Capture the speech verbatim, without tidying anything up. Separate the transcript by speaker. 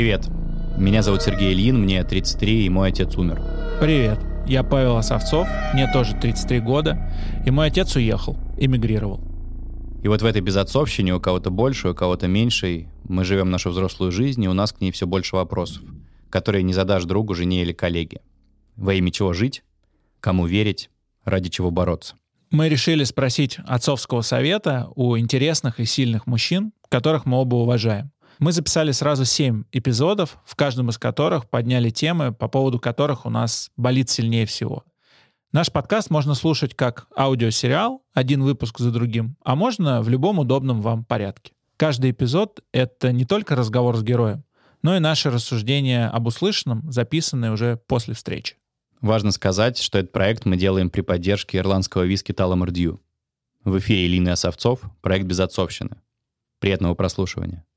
Speaker 1: Привет, меня зовут Сергей Ильин, мне тридцать три, и мой отец умер.
Speaker 2: Привет, я Павел Осовцов, мне тоже тридцать три года, и мой отец уехал, эмигрировал.
Speaker 1: И вот в этой безотцовщине, у кого-то больше, у кого-то меньше, мы живем нашу взрослую жизнь, и у нас к ней все больше вопросов, которые не задашь другу, жене или коллеге. Во имя чего жить? Кому верить? Ради чего бороться?
Speaker 2: Мы решили спросить отцовского совета у интересных и сильных мужчин, которых мы оба уважаем. Мы записали сразу семь эпизодов, в каждом из которых подняли темы, по поводу которых у нас болит сильнее всего. Наш подкаст можно слушать как аудиосериал, один выпуск за другим, а можно в любом удобном вам порядке. Каждый эпизод — это не только разговор с героем, но и наши рассуждения об услышанном, записанные уже после встречи.
Speaker 1: Важно сказать, что этот проект мы делаем при поддержке ирландского виски Tullamore Dew. В эфире Ильин и Осовцов, проект «Безотцовщина». Приятного прослушивания.